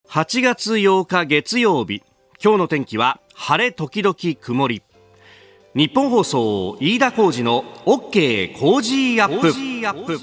8月8日月曜日、今日の天気は晴れ時々曇り。日本放送飯田浩司の OK コージーアップ。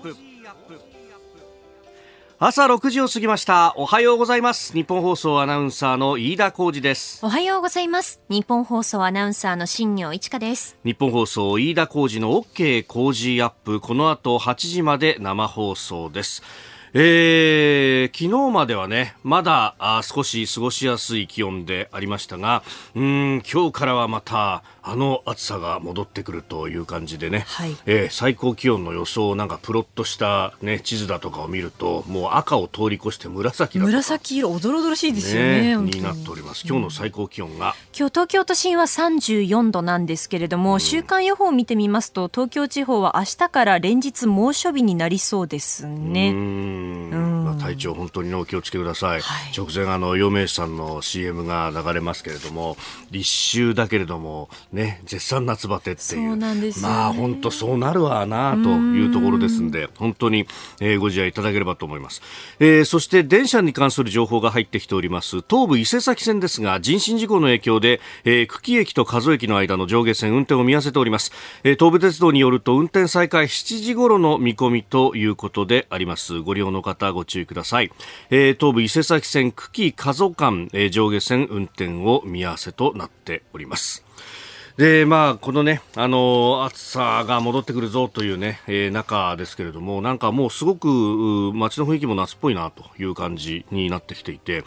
朝6時を過ぎました。おはようございます。日本放送アナウンサーの飯田浩司です。 おはようございます。日本放送アナウンサーの新業一華です。 日本放送飯田浩司の OK コージーアップ、この後8時まで生放送です。昨日まではね、まだ少し過ごしやすい気温でありましたが、今日からはまた暑さが戻ってくるという感じでね、 はい。 最高気温の予想なんかプロットした、ね、地図だとかを見ると、もう赤を通り越して紫だとか、 紫色、おどろおどろしいですよね。 になっております。今日の最高気温が、 今日東京都心は34度なんですけれども、週間予報を見てみますと、東京地方は明日から連日猛暑日になりそうですね。 体調本当にお気をつけください。 はい、 直前陽明酒さんの CM が流れますけれども、立秋だけれどもね、絶賛夏バテっていう、 そうなんですよね。 まあ本当そうなるわなというところですんで、本当に、ご自愛いただければと思います。そして電車に関する情報が入ってきております。東武伊勢崎線ですが、人身事故の影響で、久喜駅と加須駅の間の上下線運転を見合わせております。東武鉄道によると運転再開7時頃の見込みということであります。ご利用の方ご注意ください。東武伊勢崎線久喜加須間、上下線運転を見合わせとなっております。で、このね、暑さが戻ってくるぞというね、中ですけれども、なんかもうすごく街の雰囲気も夏っぽいなという感じになってきていて、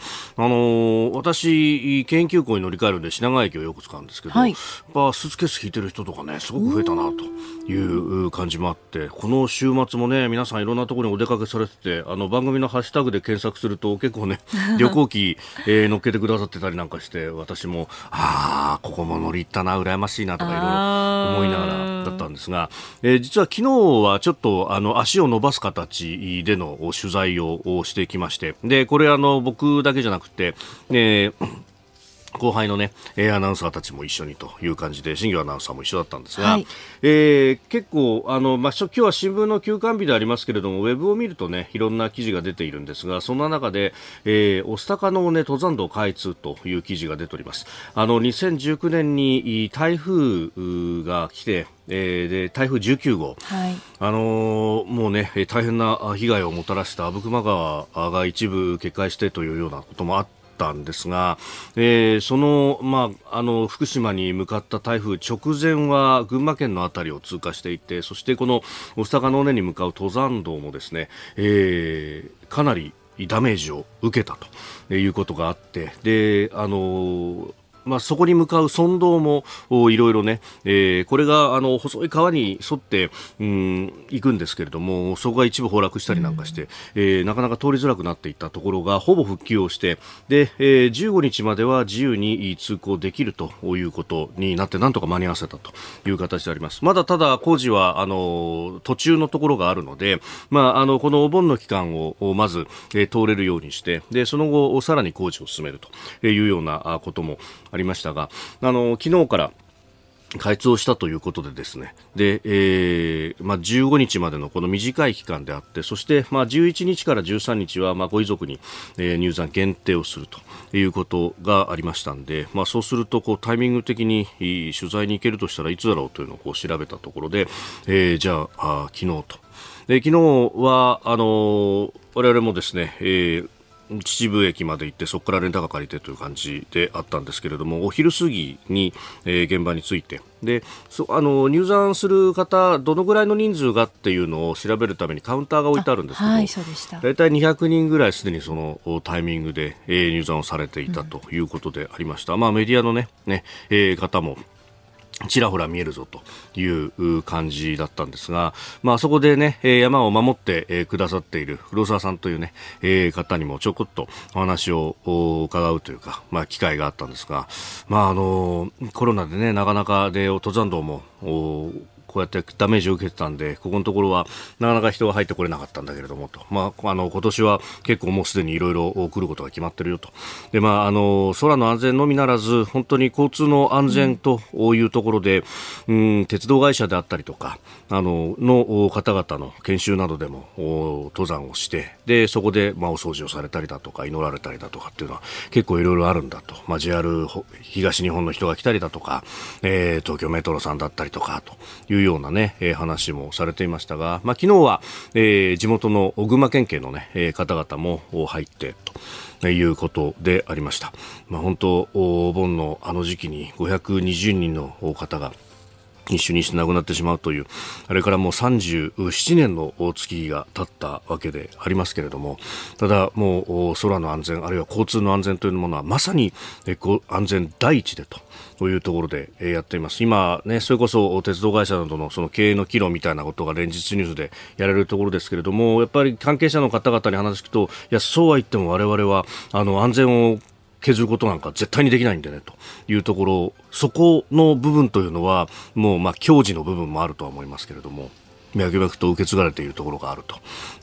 私、京急行に乗り換えるんで品川駅をよく使うんですけど、 はい、 やっぱスーツケース引いてる人とかね、すごく増えたなという感じもあって、この週末もね、皆さんいろんなところにお出かけされてて、番組のハッシュタグで検索すると結構ね、旅行機、乗っけてくださってたりなんかして、私も、ここも乗り行ったな、羨ましいなとかいろいろ思いながらだったんですが、実は昨日はちょっと足を伸ばす形での取材をしてきまして、でこれ僕だけじゃなくて、後輩のね、アナウンサーたちも一緒にという感じで、新業アナウンサーも一緒だったんですが、はい、結構今日は新聞の休刊日でありますけれども、ウェブを見るとね、いろんな記事が出ているんですが、そんな中で、御巣鷹の、ね、登山道開通という記事が出ております。2019年に台風が来て、で台風19号、 はい、 もうね、大変な被害をもたらした阿武隈川が一部決壊してというようなこともあったんですが、その、福島に向かった台風直前は群馬県のあたりを通過していて、そしてこの御巣鷹の尾根に向かう登山道もですね、かなりダメージを受けたということがあって、でそこに向かう村道もいろいろね、これが細い川に沿って行くんですけれども、そこが一部崩落したりなんかして、なかなか通りづらくなっていったところがほぼ復旧をして、で、15日までは自由に通行できるということになって、なんとか間に合わせたという形であります。まだただ工事は途中のところがあるので、このお盆の期間をまず、通れるようにして、でその後さらに工事を進めるというようなこともありましたが、昨日から開通をしたということでですね、で、15日までのこの短い期間であって、そして11日から13日はご遺族に、入山限定をするということがありましたんで、そうするとタイミング的に取材に行けるとしたらいつだろうというのを調べたところで、じゃあ昨日と、で昨日は我々もですね、秩父駅まで行って、そこからレンタカー借りてという感じであったんですけれども、お昼過ぎに、現場に着いて、で入山する方どのぐらいの人数がっていうのを調べるためにカウンターが置いてあるんですけど、 はい、そうでした。 だいたい200人ぐらいすでにそのタイミングで、入山をされていたということでありました。メディアの、ね方もちらほら見えるぞという感じだったんですが、そこでね、山を守ってくださっている黒沢さんというね、方にもちょこっとお話を伺うというか、機会があったんですが、コロナでね、なかなかで登山道もこうやってダメージを受けてたんで、ここのところはなかなか人が入ってこれなかったんだけれどもと、今年は結構もうすでにいろいろ来ることが決まってるよと。で、空の安全のみならず本当に交通の安全というところで、鉄道会社であったりとかの方々の研修などでも登山をして、でそこでお掃除をされたりだとか祈られたりだとかっていうのは結構いろいろあるんだと、JR 東日本の人が来たりだとか、東京メトロさんだったりとかというようなね、話もされていましたが、昨日は、地元の群馬県警のね、方々も入ってということでありました。本当お盆の時期に520人の方が一緒にして亡くなってしまうという、あれからもう37年の月が経ったわけでありますけれども、ただもう空の安全あるいは交通の安全というものはまさに安全第一でというところでやっています。今ね、それこそ鉄道会社などのその経営の岐路みたいなことが連日ニュースでやられるところですけれども、やっぱり関係者の方々に話聞くと、いやそうは言っても我々は安全を削ることなんか絶対にできないんでねというところ、そこの部分というのはもう矜持の部分もあるとは思いますけれども、脈々と受け継がれているところがあると。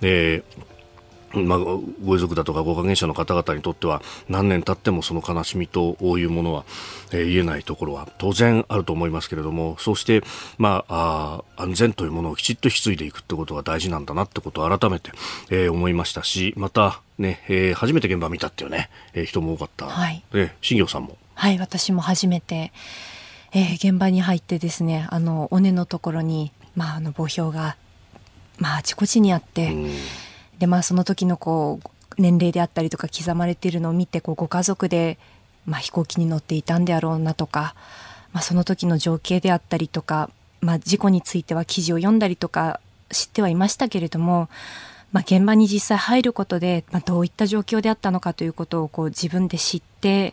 ご遺族だとかご関係者の方々にとっては何年経ってもその悲しみというものは、言えないところは当然あると思いますけれども、そうして安全というものをきちっと引き継いでいくってことが大事なんだなってことを改めて、思いましたし、またね、初めて現場見たっていうね、人も多かった、はい、新業さんも。 はい、私も初めて、現場に入ってですね、尾根のところに、墓標が、あちこちにあって、でその時の年齢であったりとか刻まれているのを見て、ご家族で、飛行機に乗っていたんであろうなとか、その時の情景であったりとか、事故については記事を読んだりとか知ってはいましたけれども、現場に実際入ることで、どういった状況であったのかということを自分で知って、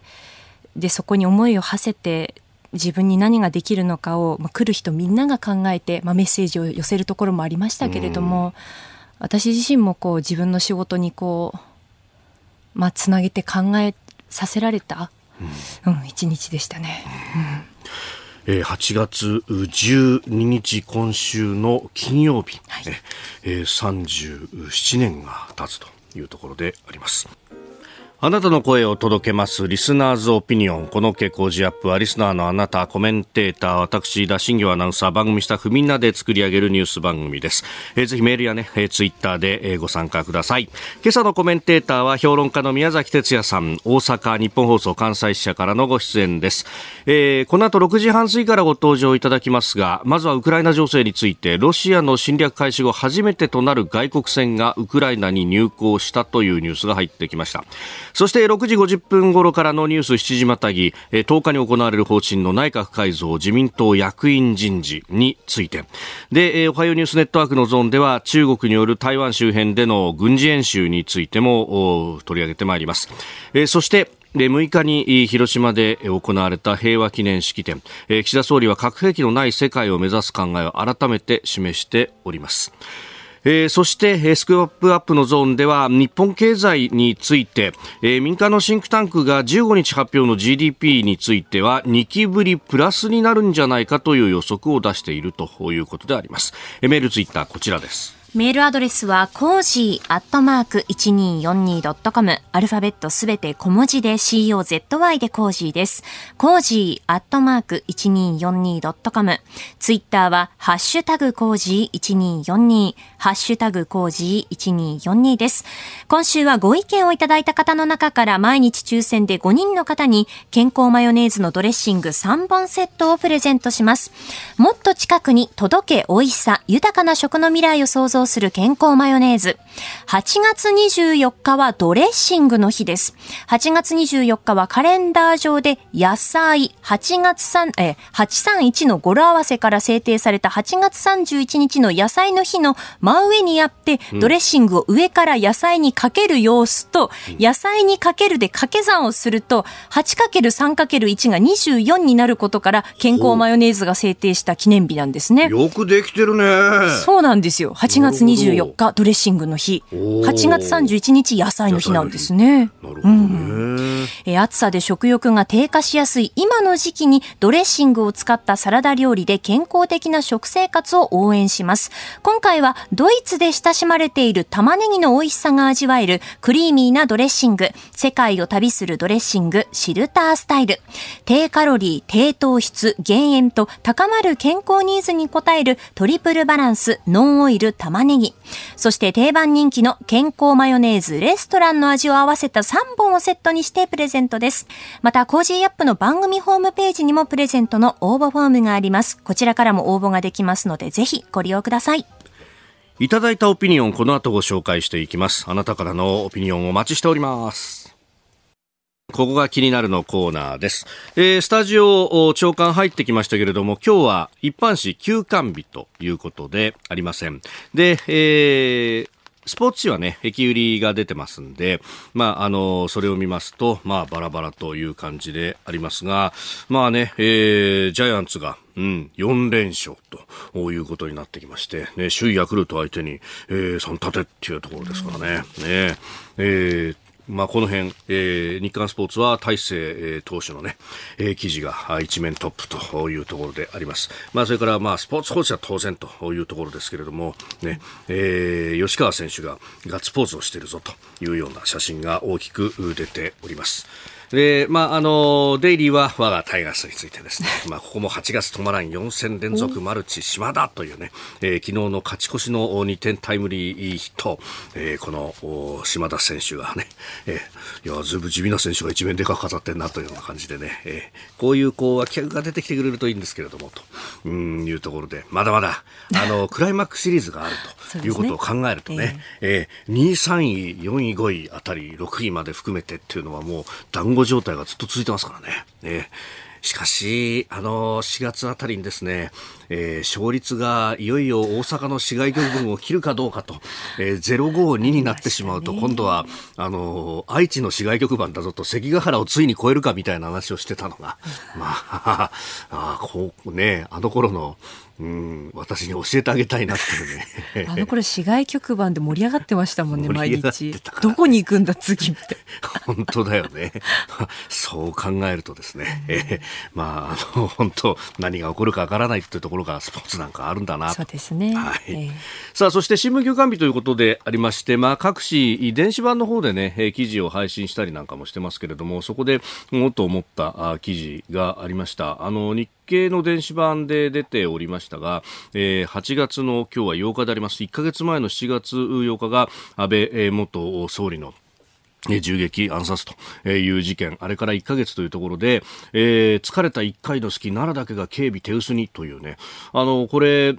でそこに思いを馳せて自分に何ができるのかを、来る人みんなが考えて、メッセージを寄せるところもありましたけれども、私自身も自分の仕事につなげて考えさせられた、一日でしたね。 8月12日今週の金曜日、はい、37年が経つというところであります。あなたの声を届けますリスナーズオピニオン。この傾向ジアップはリスナーのあなた、コメンテーター、私田新業アナウンサー、番組スタッフみんなで作り上げるニュース番組です。ぜひメールやね、ツイッターでご参加ください。今朝のコメンテーターは評論家の宮崎哲也さん、大阪日本放送関西支社からのご出演です。この後6時半過ぎからご登場いただきますが、まずはウクライナ情勢について、ロシアの侵略開始後初めてとなる外国船がウクライナに入港したというニュースが入ってきました。そして6時50分頃からのニュース7時またぎ、10日に行われる方針の内閣改造自民党役員人事についてで、おはようニュースネットワークのゾーンでは中国による台湾周辺での軍事演習についても取り上げてまいります。そして6日に広島で行われた平和記念式典、岸田総理は核兵器のない世界を目指す考えを改めて示しております。そしてスクープアップのゾーンでは日本経済について、民間のシンクタンクが15日発表の GDP については2期ぶりプラスになるんじゃないかという予測を出しているということであります。メールツイッターこちらです。 メールアドレスはcozy@1242.com、 アルファベットすべて小文字で COZY でcozyです。cozy@1242.com、 ツイッターはハッシュタグcozy1242、ハッシュタグcozy1242です。今週はご意見をいただいた方の中から毎日抽選で5人の方に健康マヨネーズのドレッシング3本セットをプレゼントします。もっと近くに届け美味しさ豊かな食の未来を創造する健康マヨネーズ。8月24日はドレッシングの日です。8月24日はカレンダー上で野菜831の語呂合わせから制定された8月31日の野菜の日の真上にあって、ドレッシングを上から野菜にかける様子と、野菜にかけるで掛け算をすると 8×3×1 が24になることから健康マヨネーズが制定した記念日なんですね。 よくできてるね。 そうなんですよ。8 月24日ドレッシングの日、8月31日野菜の日なんですね。 なるほどね。 暑さで食欲が低下しやすい今の時期にドレッシングを使ったサラダ料理で健康的な食生活を応援します。今回はドイツで親しまれている玉ねぎの美味しさが味わえるクリーミーなドレッシング、世界を旅するドレッシングシルタースタイル、低カロリー低糖質減塩と高まる健康ニーズに応えるトリプルバランスノンオイル玉ねぎ、そして定番人気の健康マヨネーズレストランの味を合わせた3本をセットにしてプレゼントです。またコージーアップの番組ホームページにもプレゼントの応募フォームがあります。こちらからも応募ができますのでぜひご利用ください。 いただいたオピニオン、この後ご紹介していきます。あなたからのオピニオンをお待ちしております。ここが気になるのコーナーです。スタジオ長官入ってきましたけれども、今日は一般紙休刊日ということでありません。で、スポーツ紙はね、駅売りが出てますんで、それを見ますと、バラバラという感じでありますが、ジャイアンツが、4連勝ということになってきまして、ね、首位ヤクルト相手に、3立てっていうところですからね。この辺、日刊スポーツは大勢、投手のね、記事が一面トップというところであります。それからスポーツ報知は当然というところですけれども、ね、吉川選手がガッツポーズをしているぞというような写真が大きく出ております。で、デイリーは我がタイガースについてですね、ここも8月止まらん4戦連続マルチ島田というね、昨日の勝ち越しの2点タイムリーヒット、この島田選手がね、ずいぶん地味な選手が一面でかく飾ってんなというような感じでね、こういう脇役が出てきてくれるといいんですけれどもというところで、まだまだクライマックスシリーズがあるということを考えるとね、2位3位4位5位あたり6位まで含めてっていうのはもう団子状態がずっと続いてますからね。しかし4月あたりにですね、勝率がいよいよ大阪の市街局分を切るかどうかと、052になってしまうと、今度は愛知の市街局番だぞと、関ヶ原をついに超えるかみたいな話をしてたのが、こうね、あの頃の私に教えてあげたいなっていうね。 あの頃市街局番で盛り上がってましたもんね、毎日。どこに行くんだ次って。 本当だよね。そう考えるとですね、本当何が起こるかわからないというところがスポーツなんかあるんだなと。 そうですね。 さあ、そして新聞休刊日ということでありまして、各紙電子版の方でね、記事を配信したりなんかもしてますけれども、そこでもっと思った記事がありました。日経の電子版で出ておりましたが、8月の今日は8日であります。1ヶ月前の7月8日が安倍元総理の銃撃暗殺という事件、あれから1ヶ月というところで、疲れた1回の隙、奈良だけが警備手薄にというね、これ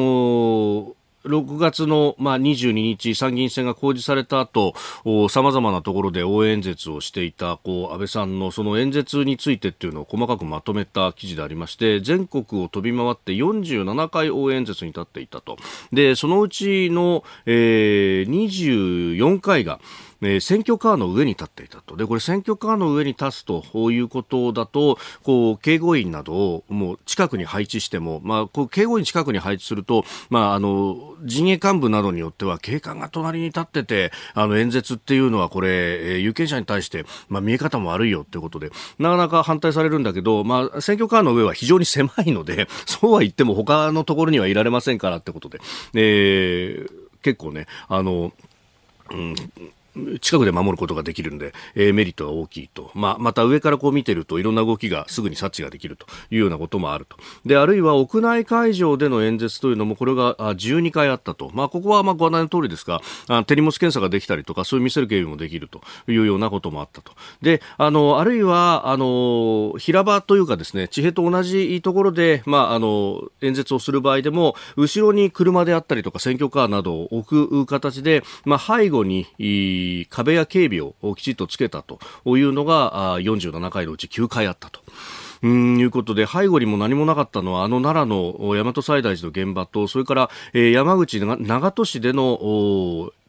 6月の22日参議院選が公示された後、様々なところで応援演説をしていた安倍さんのその演説についてっていうのを細かくまとめた記事でありまして、全国を飛び回って47回応援演説に立っていたと。で、そのうちの、24回が選挙カーの上に立っていたと。で、これ選挙カーの上に立つということだと、警護員などをもう近くに配置しても、警護員近くに配置すると、陣営幹部などによっては警官が隣に立ってて、演説っていうのはこれ、有権者に対して、見え方も悪いよっていうことで、なかなか反対されるんだけど、選挙カーの上は非常に狭いので、そうは言っても他のところにはいられませんからってことで、結構ね、近くで守ることができるんで、メリットが大きいと。また上から見てるといろんな動きがすぐに察知ができるというようなこともあると。で、あるいは屋内会場での演説というのもこれが12回あったと。ここはご案内の通りですが、手荷物検査ができたりとか、そういう見せる警備もできるというようなこともあったと。で、あるいは、平場というかですね、地平と同じところで、演説をする場合でも、後ろに車であったりとか選挙カーなどを置く形で、背後に、壁や警備をきちっとつけたというのが47回のうち9回あったということで、背後にも何もなかったのは奈良の大和西大寺の現場と、それから山口長門市での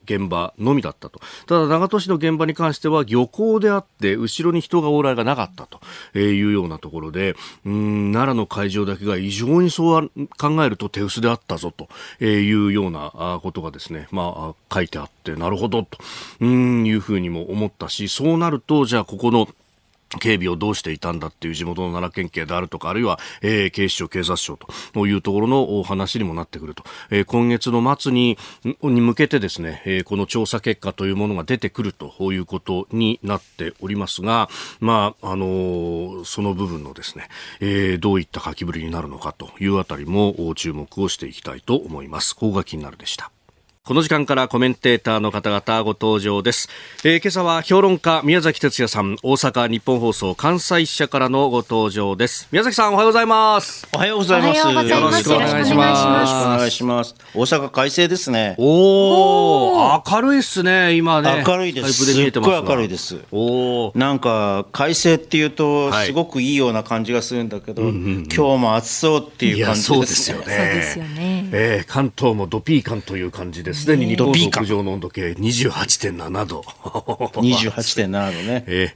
現場のみだったと。ただ長門市の現場に関しては漁港であって後ろに人が往来がなかったというようなところで、奈良の会場だけが異常にそう考えると手薄であったぞというようなことがですね、書いてあって、なるほどというふうにも思ったし、そうなるとじゃあここの警備をどうしていたんだっていう地元の奈良県警であるとか、あるいは、警視庁警察庁というところの話にもなってくると、今月の末に向けてですね、この調査結果というものが出てくるということになっておりますが、その部分のですね、どういった書きぶりになるのかというあたりも注目をしていきたいと思います。ここが気になるでした。この時間からコメンテーターの方々ご登場です。今朝は評論家宮崎哲也さん、大阪日本放送関西支社からのご登場です。宮崎さん、おはようございます。 おはようございます。 よろしくお願いします。 大阪快晴ですね。 明るいっすね。今ね、 明るいです。すっごい明るいです。なんか快晴っていうとすごくいいような感じがするんだけど、今日も暑そうっていう感じですね。 そうですよね。関東もドピーカンという感じです。すでに日本の屋上の温度計 28.7 度 28.7 度ね。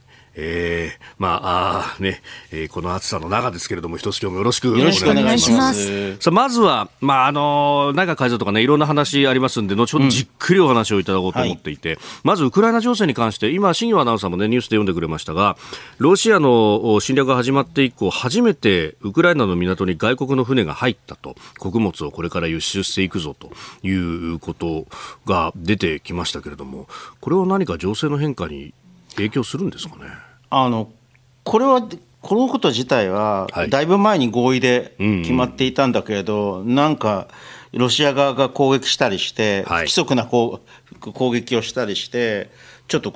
この暑さの中ですけれども、一つ今日もよろしくお願いします。 さあ、まずは、内閣改造とかね、いろんな話ありますんで、後ほどじっくりお話をいただこうと思っていて、まずウクライナ情勢に関して、今、新業アナウンサーもね、ニュースで読んでくれましたが、ロシアの侵略が始まって以降、初めてウクライナの港に外国の船が入ったと、穀物をこれから輸出していくぞということが出てきましたけれども、これは何か情勢の変化に影響するんですかね。 このこと自体はだいぶ前に合意で決まっていたんだけれど、なんかロシア側が攻撃したりして、不規則な攻撃をしたりして、ちょっと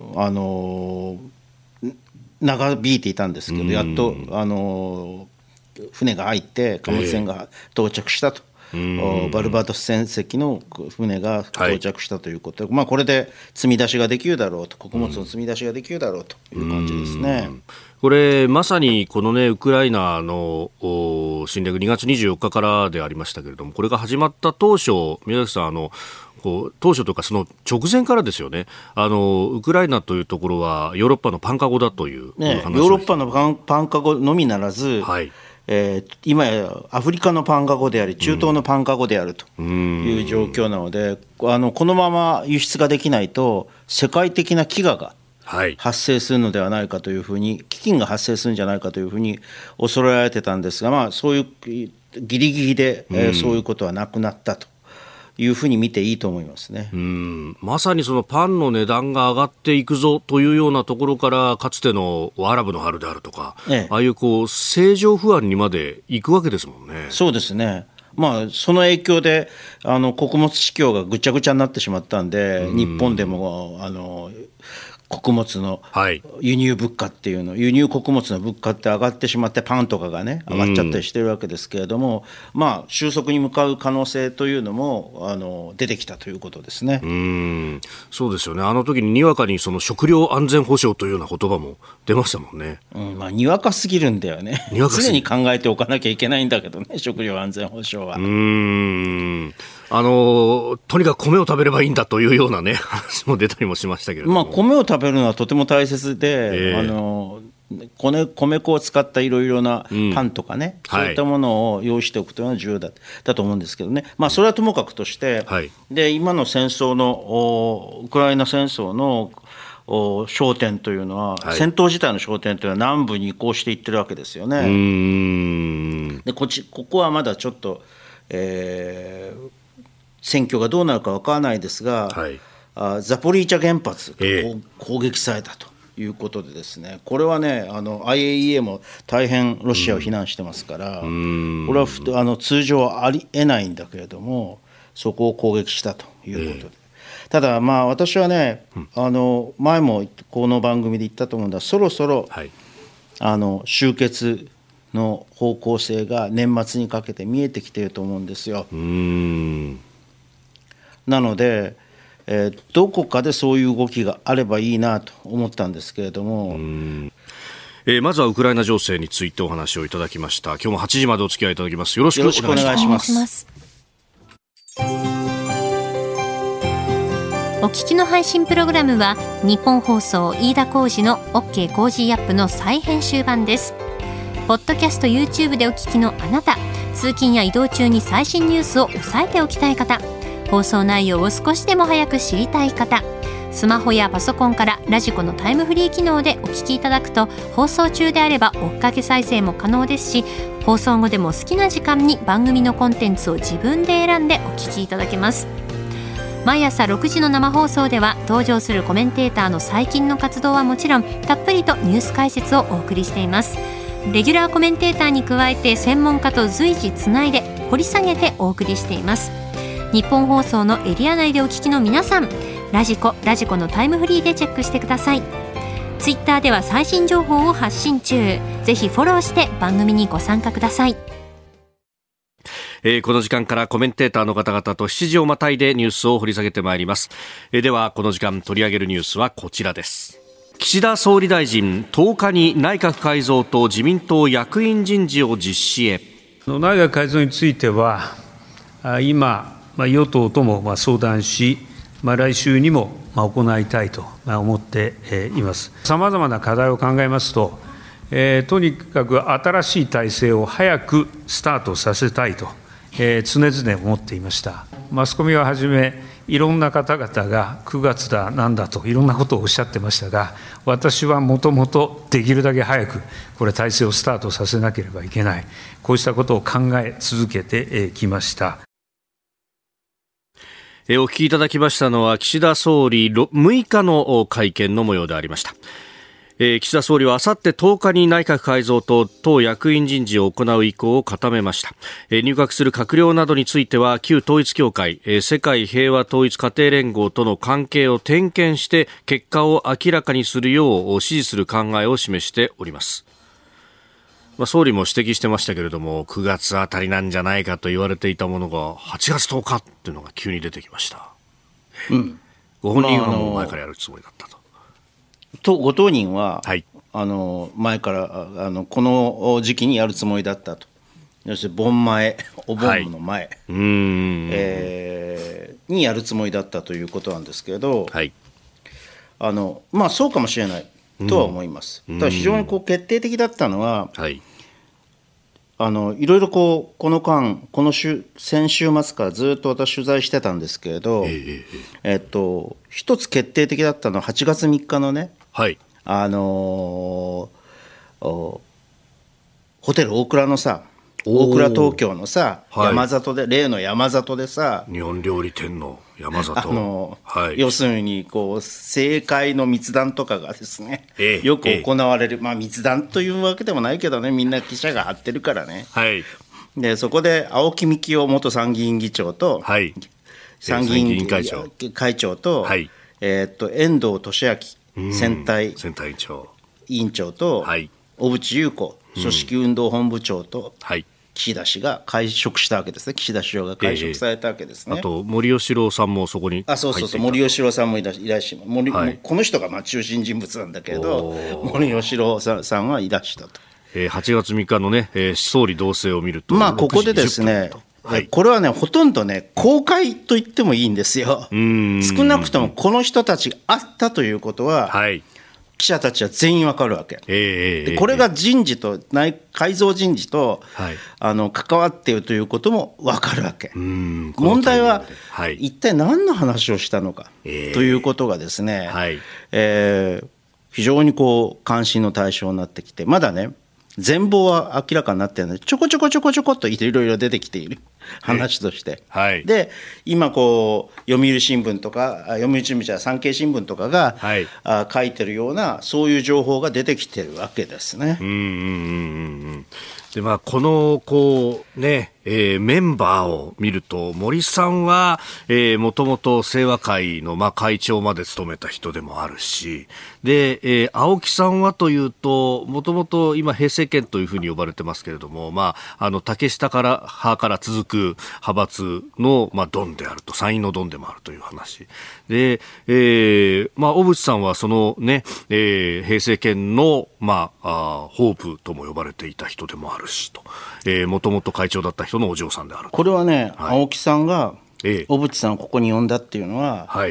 長引いていたんですけど、やっと船が入って貨物船が到着したと。バルバドス船籍の船が到着したということで、これで積み出しができるだろうと、穀物の積み出しができるだろうという感じですね。 これまさにこのね、ウクライナの侵略2月24日からでありましたけれども、これが始まった当初、宮崎さん、当初というかその直前からですよね、ウクライナというところはヨーロッパのパンかごだという話を、 ヨーロッパのパンかごのみならず、今やアフリカのパンかごであり、中東のパンかごであるという状況なので、このまま輸出ができないと世界的な飢餓が発生するのではないかというふうに、飢饉が発生するんじゃないかというふうに恐れられてたんですが、そういうギリギリで、そういうことはなくなったというふうに見ていいと思いますね。 まさにそのパンの値段が上がっていくぞというようなところから、かつてのアラブの春であるとか、ああいう政情不安にまで行くわけですもんね。 そうですね。その影響で穀物市況がぐちゃぐちゃになってしまったんで、日本でも穀物の輸入物価っていうの、輸入穀物の物価って上がってしまって、パンとかがね上がっちゃったりしてるわけですけれども、収束に向かう可能性というのも出てきたということですね。 そうですよね。あの時ににわかにその食料安全保障というような言葉も出ましたもんね。 にわかすぎるんだよね。常に考えておかなきゃいけないんだけどね、食料安全保障は。 とにかく米を食べればいいんだというようなね、話も出たりもしましたけれども、 米を食べるのはとても大切で、米粉を使ったいろいろなパンとかね、そういったものを用意しておくというのは重要だと思うんですけどね、それはともかくとして、で今の戦争のウクライナ戦争の焦点というのは、戦闘自体の焦点というのは南部に移行していってるわけですよね。でここはまだちょっと、戦況がどうなるか分からないですが、ザポリージャ原発が攻撃されたということでですね、これはね、IAEA も大変ロシアを非難してますから、これは通常はありえないんだけれども、そこを攻撃したということで、ただ私はね、前もこの番組で言ったと思うんだ、そろそろ、終結の方向性が年末にかけて見えてきていると思うんですよ。なので、どこかでそういう動きがあればいいなと思ったんですけれども、 まずはウクライナ情勢についてお話をいただきました。今日も8時までお付き合いいただきます。よろしくお願いします。 お聞きの配信プログラムは日本放送飯田浩司の OK コージーアップの再編集版です。ポッドキャスト YouTube でお聞きのあなた、通勤や移動中に最新ニュースを押さえておきたい方、放送内容を少しでも早く知りたい方、スマホやパソコンからラジコのタイムフリー機能でお聞きいただくと、放送中であれば追っかけ再生も可能ですし、放送後でも好きな時間に番組のコンテンツを自分で選んでお聞きいただけます。毎朝6時の生放送では登場するコメンテーターの最近の活動はもちろん、たっぷりとニュース解説をお送りしています。レギュラーコメンテーターに加えて専門家と随時つないで掘り下げてお送りしています。日本放送のエリア内でお聞きの皆さん、ラジコのタイムフリーでチェックしてください。ツイッターでは最新情報を発信中。ぜひフォローして番組にご参加ください。 この時間からコメンテーターの方々と7時をまたいでニュースを掘り下げてまいります。ではこの時間取り上げるニュースはこちらです。岸田総理大臣10日に内閣改造と自民党役員人事を実施へ。 内閣改造については今与党とも相談し、来週にも行いたいと思っています。さまざまな課題を考えますと、とにかく新しい体制を早くスタートさせたいと常々思っていました。マスコミをはじめいろんな方々が9月だなんだといろんなことをおっしゃってましたが、私はもともとできるだけ早くこれ体制をスタートさせなければいけない、こうしたことを考え続けてきました。 お聞きいただきましたのは岸田総理6日の会見の模様でありました。岸田総理はあさって10日に内閣改造と党役員人事を行う意向を固めました。入閣する閣僚などについては旧統一教会、世界平和統一家庭連合との関係を点検して結果を明らかにするよう指示する考えを示しております。総理も指摘してましたけれども、9月あたりなんじゃないかと言われていたものが8月10日っていうのが急に出てきました。ご本人はもう前からやるつもりだったと。 ご当人は、 はい、 前からこの時期にやるつもりだったと。要するに盆前、お盆の前、はい、にやるつもりだったということなんですけれど、はい、そうかもしれないとは思います。ただ非常に決定的だったのは、はい、いろいろこの間先週末からずっと私取材してたんですけれど、一つ決定的だったのは8月3日のね、はい、ホテル大倉のさ、大倉東京のさ、はい、山里で、例の山里でさ、 日本料理店の山里、 はい、要するに政界の密談とかがですね、よく行われる、密談というわけでもないけどね、みんな記者が張ってるからね、はい、でそこで青木幹雄元参議院議長と、はい、参議院会長と、はい、遠藤利明選対委員長と、はい、小渕優子組織運動本部長と、岸田氏が会食したわけですね。岸田首相が会食されたわけですね。 あと森喜朗さんもそこに入っていた。 そう森喜朗さんもいらっしゃい、はい、この人が中心人物なんだけれど、森喜朗さんはいらしたと。 8月3日のね、総理動静を見ると、 ここでですね、はい、これはね、ほとんどね、公開と言ってもいいんですよ。少なくともこの人たちがあったということは、はい、記者たちは全員わかるわけ。でこれが人事と改造人事と、はい、関わっているということもわかるわけ。問題は、はい、一体何の話をしたのか、ということがですね、はい、非常に関心の対象になってきて、まだね全貌は明らかになっているので、ちょこちょこっといろいろ出てきている話として、はい、で今読売新聞とか読売新聞じゃ産経新聞とかが、はい、書いてるようなそういう情報が出てきてるわけですね。 でこのメンバーを見ると、森さんはもともと清和会の会長まで務めた人でもあるし、で、青木さんはというと、もともと今平成圏というふうに呼ばれてますけれども、竹下派から続く派閥のドンであると、参院のドンでもあるという話で、小渕さんはそのね、平成圏のホープとも呼ばれていた人でもあるしと、もともと会長だった人のお嬢さんであると。 これはね、はい、青木さんが小渕さんをここに呼んだっていうのは、はい、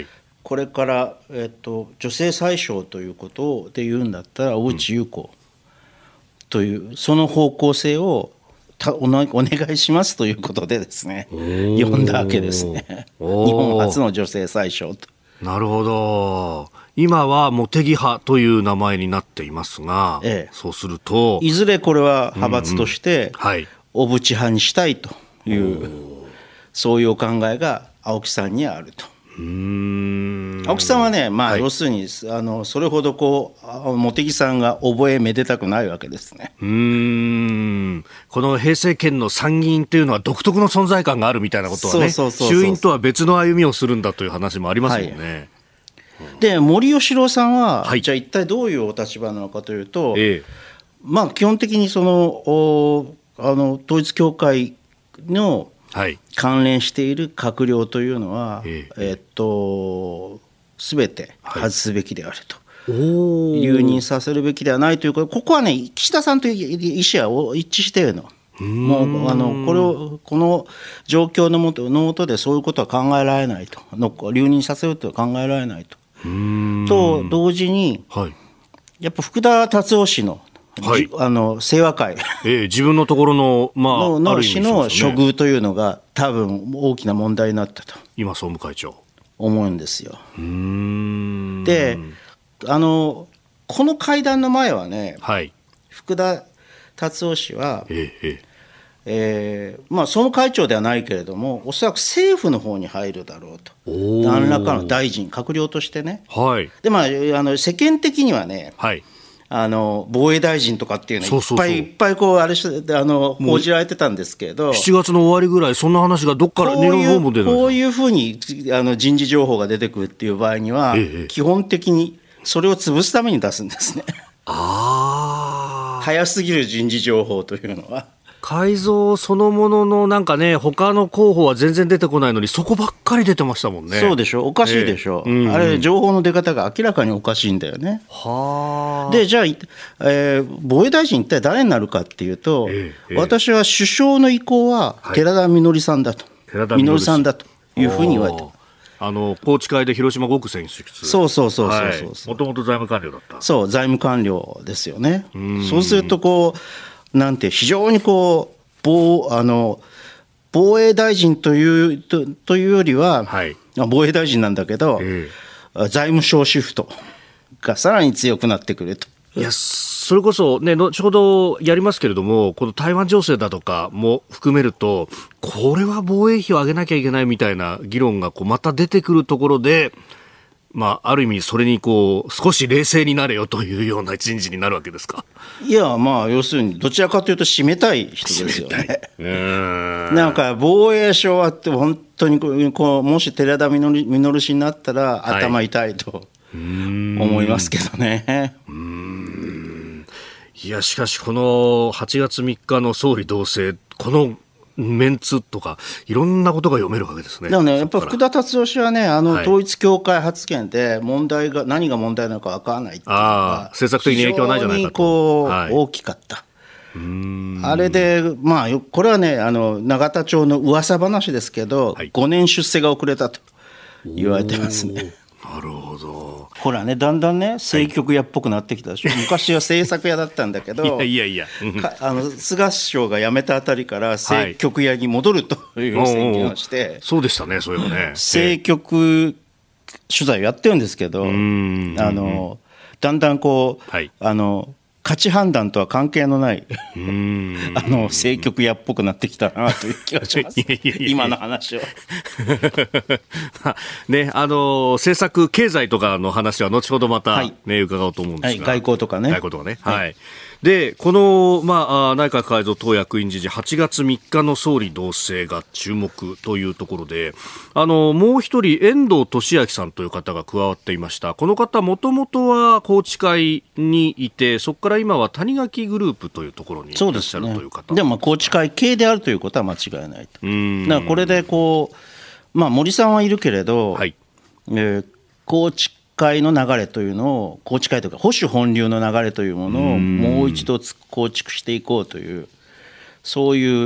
これから、女性宰相ということで言うんだったら小渕優子という、その方向性をお願いしますということでですね、呼んだわけですね。日本初の女性宰相と。 なるほど。今は茂木派という名前になっていますが、そうするといずれこれは派閥として小渕派にしたいという、そういうお考えが青木さんにはあると。青木さんはね、要するにそれほど茂木さんが覚めでたくないわけですね。 この平成権の参議院というのは独特の存在感があるみたいなことはね、衆院とは別の歩みをするんだという話もありますもんね。 で森喜朗さんは、じゃあ一体どういうお立場なのかというと、基本的にその統一教会の関連している閣僚というのは、すべて外すべきであると、留任させるべきではないということ、ここはね、岸田さんという意思は一致しているの。もうこの状況の下でそういうことは考えられないと、留任させるとは考えられないと。と同時に、やっぱ福田達夫氏の清和会、 自分のところの、 の氏の処遇というのが多分大きな問題になったと今総務会長思うんですよ。でこの会談の前はね、福田達夫氏は、総務会長ではないけれどもおそらく政府の方に入るだろうと、何らかの大臣閣僚としてね、で世間的にはね、防衛大臣とかっていうのいっぱい報じられてたんですけど、 7月の終わりぐらいそんな話がどっからこういうふうに人事情報が出てくるっていう場合には、基本的にそれを潰すために出すんですね。早すぎる人事情報というのは。 改造そのもののなんかね、他の候補は全然出てこないのにそこばっかり出てましたもんね。 そうでしょ、おかしいでしょ、あれ情報の出方が明らかにおかしいんだよね。でじゃあ、防衛大臣一体誰になるかっていうと、私は首相の意向は寺田稔さんだと、稔さんだというふうに言われて、 宏池会で広島5区選出、 そうもともと財務官僚だった。 そう財務官僚ですよね。そうするとなんて非常に防衛大臣というよりは、防衛大臣なんだけど、財務省シフトがさらに強くなってくると。 いやそれこそね、後ほどやりますけれども、この台湾情勢だとかも含めると、これは防衛費を上げなきゃいけないみたいな議論がまた出てくるところで、ある意味それに少し冷静になれよというような人事になるわけですか。 いや要するにどちらかというと締めたい人ですよね。なんか防衛省はって本当にもし寺田稔氏になったら頭痛いと思いますけどね。 いやしかしこの8月3日の総理同棲、このメンツとかいろんなことが読めるわけですね。 でもね、やっぱり福田達夫氏はね、統一教会発言で何が問題なのか分からないっていうのが政策的に影響ないじゃないかと大きかった。あれでこれはね永田町の噂話ですけど、5年出世が遅れたと言われてますね。 なるほど。 ほらね、だんだんね政局屋っぽくなってきたでしょ。昔は政策屋だったんだけど菅首相が辞めたあたりから政局屋に戻るという宣言をして、 そうでしたね、そういうのね。 政局取材をやってるんですけど、だんだん価値判断とは関係のない政局屋っぽくなってきたなという気がします今の話を政策経済とかの話は後ほどまた、伺おうと思うんですが、 外交とかね、 でこの、内閣改造党役員人事8月3日の総理同棲が注目というところで、もう一人遠藤利明さんという方が加わっていました。この方もともとは宏池会にいて、そこから今は谷垣グループというところにいらっしゃるという方。 でも宏池会系であるということは間違いないと。だからこれで森さんはいるけれど、宏池会の流れというのを、宏池会というか保守本流の流れというものをもう一度構築していこうという、そういう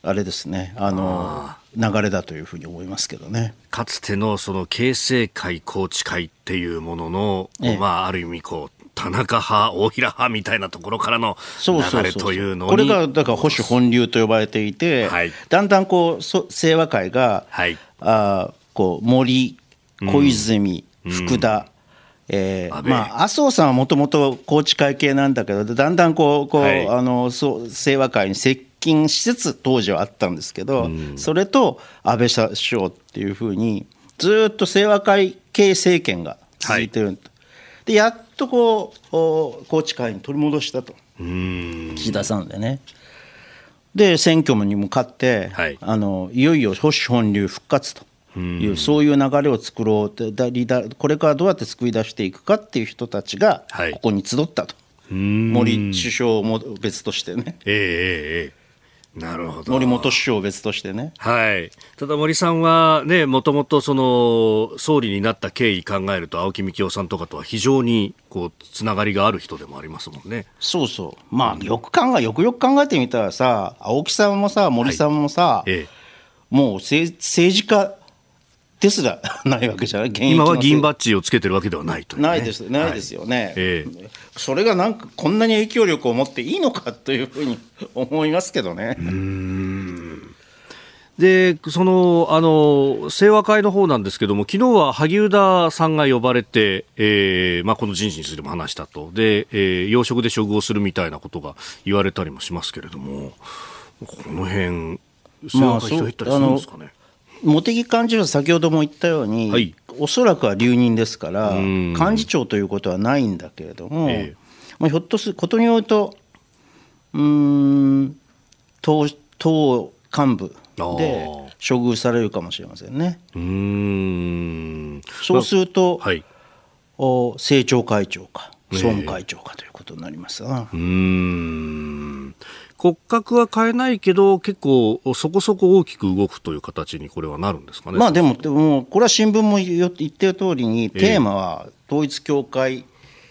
あれですね、流れだというふうに思いますけどね。 かつてのその経世会宏池会っていうものの、ある意味こう田中派大平派みたいなところからの流れというのに、 これがだから保守本流と呼ばれていて、だんだんこう清和会が、こう森、小泉、福田、麻生さんはもともと宏池会系なんだけど、だんだん清和会に接近しつつ当時はあったんですけど、それと安倍首相っていうふうにずっと清和会系政権が続いてる、でやっと宏池会に取り戻したと、岸田さんでね。で選挙に向かって、いよいよ保守本流復活という、そういう流れを作ろうと、これからどうやって作り出していくかっていう人たちがここに集ったと、森首相も別としてね、 なるほど。 森元首相を別としてね。 ただ森さんはね、もともとその総理になった経緯考えると青木幹雄さんとかとは非常にこうつながりがある人でもありますもんね。 そうそう、よくよく考えてみたらさ、青木さんもさ森さんもさ、もう政治家ですらないわけじゃない。 今は議員バッジをつけてるわけではないという、ね、 ないですよね。それがなんかこんなに影響力を持っていいのかというふうに思いますけどね。 でその清和会の方なんですけども、昨日は萩生田さんが呼ばれて、この人事についても話したと。で、要職で処遇をするみたいなことが言われたりもしますけれども、この辺清和会人減ったりするんですかね。 茂木幹事長は先ほども言ったように、おそらくは留任ですから幹事長ということはないんだけれども、ひょっとすることによると党幹部で処遇されるかもしれませんね。そうすると、政調会長か総務会長かということになりますが、 骨格は変えないけど結構そこそこ大きく動くという形にこれはなるんですかね。 でもこれは新聞も言ってる通りに、テーマは統一教会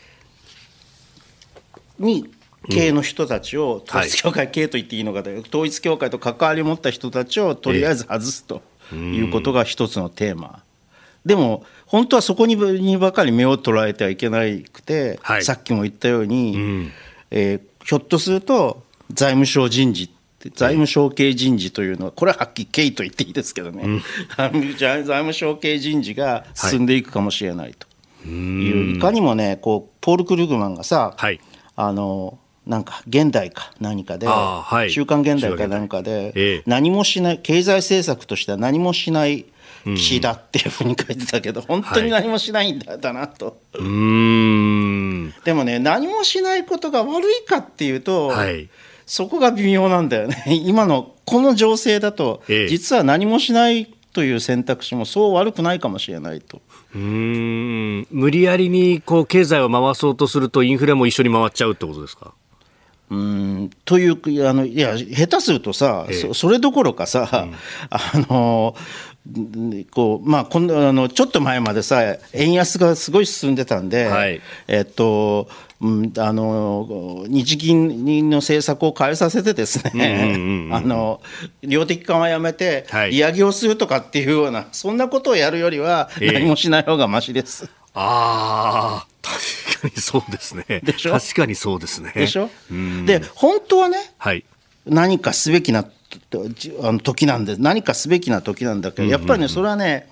に系の人たちを、統一教会系と言っていいのか、統一教会と関わりを持った人たちをとりあえず外すということが一つのテーマ。でも本当はそこにばかり目を捉えてはいけなくて、さっきも言ったように、ひょっとすると財務省人事、財務省系人事というのは、これははっきり系と言っていいですけどね、財務省系人事が進んでいくかもしれないという、いかにもね、ポール・クルグマンがさ、なんか現代か何かで、週刊現代か何かで、何もしない、経済政策としては何もしない岸田っていうふうに書いてたけど、本当に何もしないんだなと。でもね、何もしないことが悪いかっていうと、そこが微妙なんだよね。今のこの情勢だと、実は何もしないという選択肢もそう悪くないかもしれないと。 無理やりに経済を回そうとするとインフレも一緒に回っちゃうってことですか。 といういや下手するとさ、それどころかさ、ちょっと前までさ円安がすごい進んでたんで、日銀の政策を変えさせてですね、量的緩和やめて利上げをするとかっていうような、そんなことをやるよりは何もしない方がましです。 確かにそうですね。 でしょ。 確かにそうですね。 でしょ。で本当はね、何かすべきな時なんで、何かすべきな時なんだけど、やっぱりね、それはね、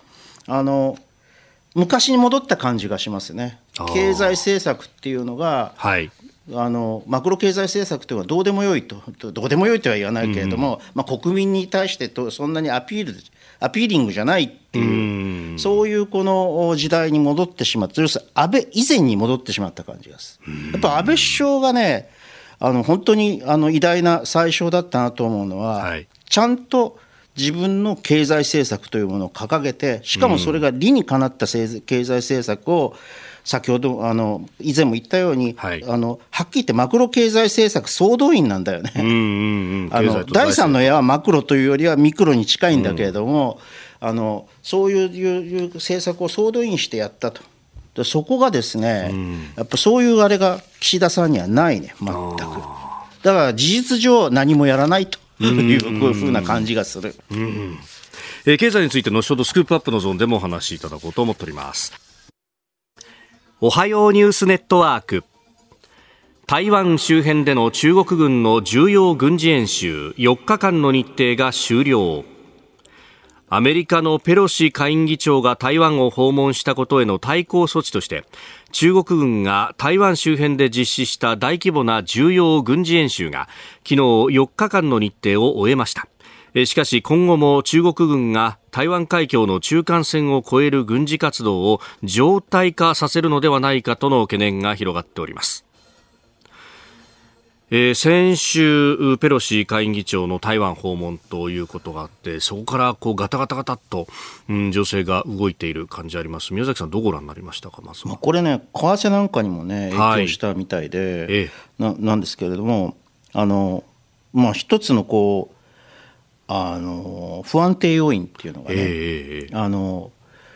昔に戻った感じがしますね。経済政策っていうのが、マクロ経済政策というのはどうでもよいと、どうでもよいとは言わないけれども、国民に対してそんなにアピーリングじゃないっていう、そういうこの時代に戻ってしまった、安倍以前に戻ってしまった感じがする。やっぱ安倍首相がね、本当に偉大な宰相だったなと思うのは、ちゃんと自分の経済政策というものを掲げて、しかもそれが理にかなった経済政策を、先ほど以前も言ったように、はっきり言ってマクロ経済政策総動員なんだよね。第3の矢はマクロというよりはミクロに近いんだけれども、そういう政策を総動員してやったと。でそこがですね、やっぱそういうあれが岸田さんにはないね、全く。だから事実上何もやらないというふうな感じがする。 経済について後ほどスクープアップのゾーンでもお話しいただこうと思っております。おはようニュースネットワーク。台湾周辺での中国軍の重要軍事演習4日間の日程が終了。アメリカのペロシ下院議長が台湾を訪問したことへの対抗措置として、中国軍が台湾周辺で実施した大規模な重要軍事演習が昨日4日間の日程を終えました。しかし今後も中国軍が台湾海峡の中間線を越える軍事活動を常態化させるのではないかとの懸念が広がっております。先週ペロシ下院議長の台湾訪問ということがあって、そこからガタガタガタっと、情勢が動いている感じあります。宮崎さんどうご覧になりましたか。まずはこれね、為替なんかにもね影響したみたいで、なんですけれども、一つの不安定要因っていうのがね、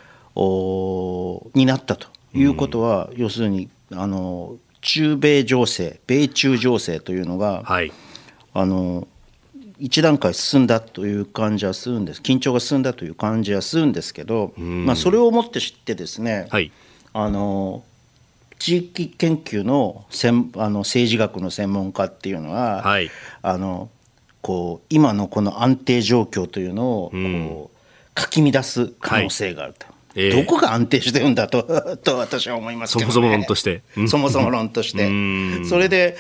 になったということは、要するに中米情勢、米中情勢というのが、一段階進んだという感じはするんです。緊張が進んだという感じはするんですけど、それをもって知ってですね、地域研究の政治学の専門家っていうのは、今のこの安定状況というのをかき乱す可能性があると。どこが安定してるんだと私は思いますけどね。 そもそも論として、 そもそも論としてそれで、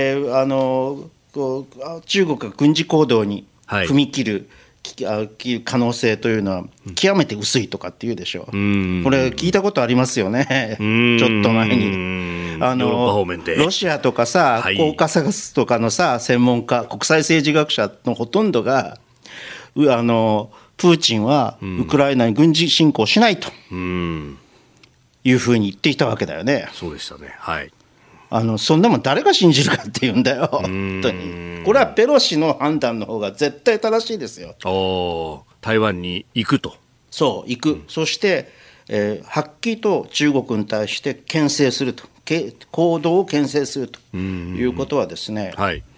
中国が軍事行動に踏み切る、可能性というのは極めて薄いとかっていうでしょう。これ聞いたことありますよね。ちょっと前にロシアとかさ、コーカサスとかのさ、専門家、国際政治学者のほとんどがプーチンはウクライナに軍事侵攻しないというふうに言っていたわけだよね。 そうでしたね。 そんなもん誰が信じるかっていうんだよ、本当に。これはペロシの判断の方が絶対正しいですよ。 台湾に行くと。 そう行く、そして、はっきりと中国に対して牽制すると、行動を牽制するということはですね、